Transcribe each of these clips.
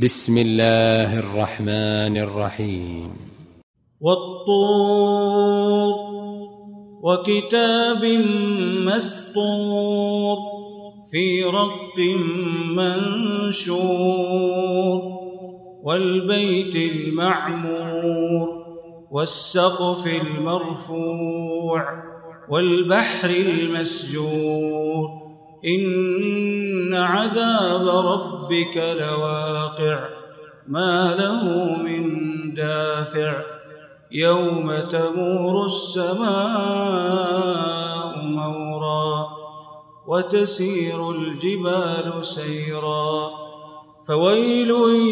بسم الله الرحمن الرحيم. والطور وكتاب مسطور في رق منشور والبيت المعمور والسقف المرفوع والبحر المسجور إن عذاب ربك لواقع ما له من دافع يوم تمور السماء مورا وتسير الجبال سيرا فويل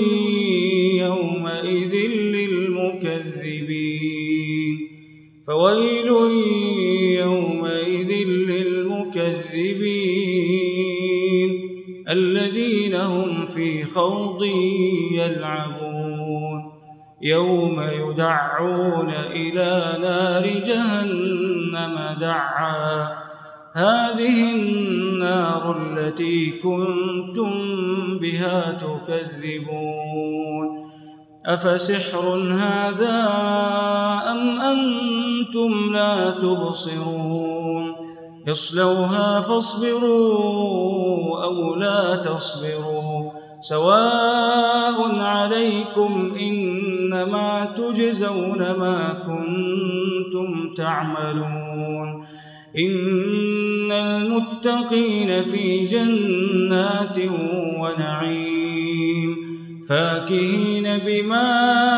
يومئذ للمكذبين فويل يومئذ للمكذبين الذين هم في خوض يلعبون يوم يدعون إلى نار جهنم دعا هذه النار التي كنتم بها تكذبون أفسحر هذا أم أنتم لا تبصرون اصلوها فاصبروا أو لا تصبروا سواء عليكم إنما تجزون ما كنتم تعملون إن المتقين في جنات ونعيم فاكهين بما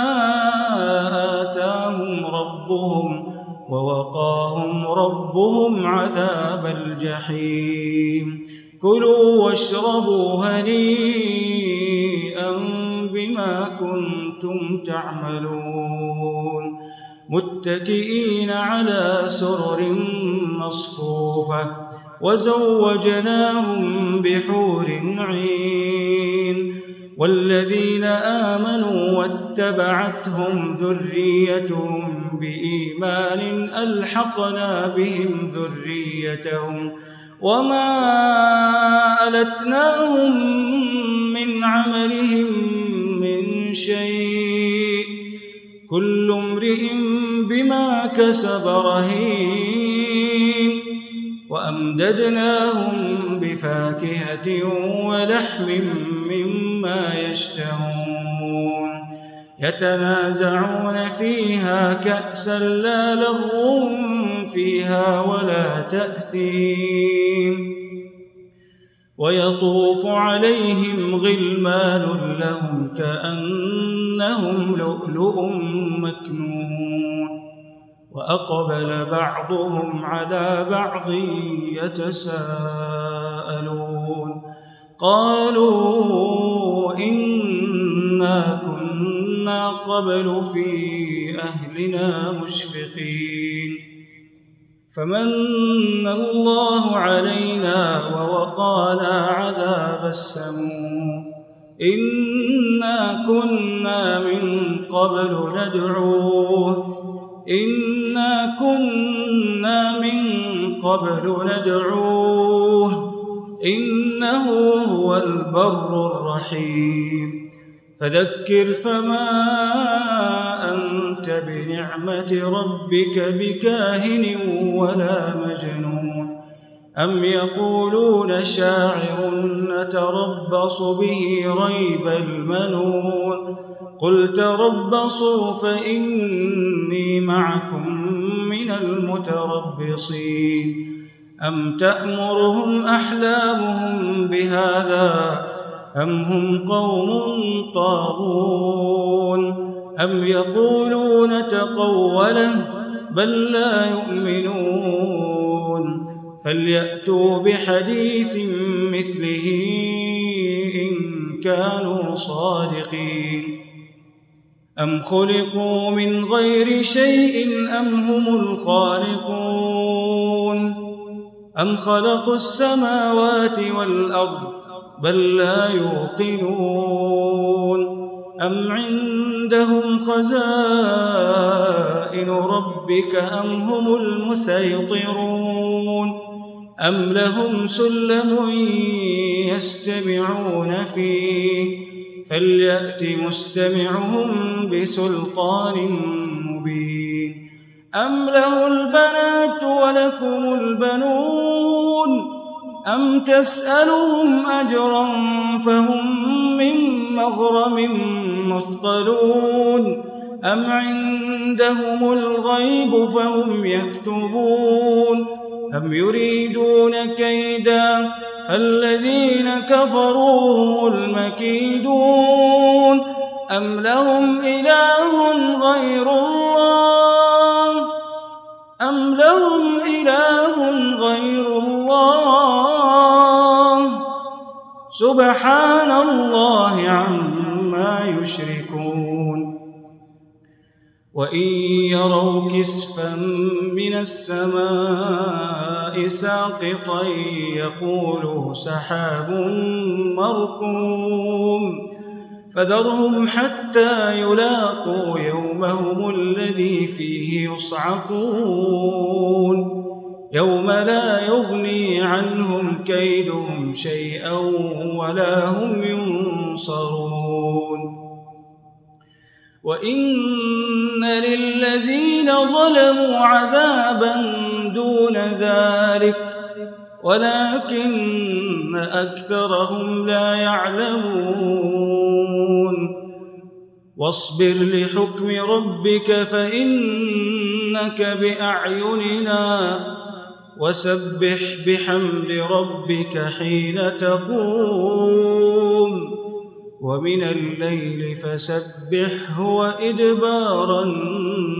آتاهم ربهم ووقاهم ربهم عذاب الجحيم كلوا واشربوا هنيئا بما كنتم تعملون متكئين على سرر مصفوفة وزوجناهم بحور عين والذين آمنوا واتبعتهم ذريتهم بإيمان ألحقنا بهم ذريتهم وما ألتناهم من عملهم من شيء كل امرئ بما كسب رهين وأمددناهم بفاكهة ولحم مما يشتهون يتنازعون فيها كأسا لا لغو فيها ولا تأثيم ويطوف عليهم غلمان لهم كأنهم لؤلؤ مكنون وأقبل بعضهم على بعض يتساءلون قالوا إنا كنا قبل في أهلنا مشفقين فمن الله علينا ووقانا عذاب السموم إنا كنا من قبل ندعوه إنا كنا من قبل ندعوه إنه هو البر الرحيم فذكر فما أنت بنعمة ربك بكاهن ولا مجنون أم يقولون شاعر نتربص به ريب المنون قل تربصوا فإني معكم من المتربصين أم تأمرهم أحلامهم بهذا أم هم قوم طاغون أم يقولون تقوله بل لا يؤمنون فليأتوا بحديث مثله إن كانوا صادقين أم خلقوا من غير شيء أم هم الخالقون أم خلقوا السماوات والأرض بل لا يوقنون أم عندهم خزائن ربك أم هم المسيطرون أم لهم سلم يستمعون فيه فليأت مستمعهم بسلطان مبين أم له البنات ولكم البنون أم تسألهم أجرا فهم من مغرم مثقلون أم عندهم الغيب فهم يكتبون أم يريدون كيدا الذين كفروا هم المكيدون أم لهم إله غير الله سبحان الله عما يشركون وإن يروا كسفا من السماء ساقطا يقولوا سحاب مركوم فذرهم حتى يلاقوا يومهم الذي فيه يصعقون يوم لا يغني عنهم كيدهم شيئا ولا هم ينصرون وإن للذين ظلموا عذابا دون ذلك ولكن أكثرهم لا يعلمون واصبر لحكم ربك فإنك بأعيننا وسبح بحمد ربك حين تقوم ومن الليل فسبحه وإدبار النجوم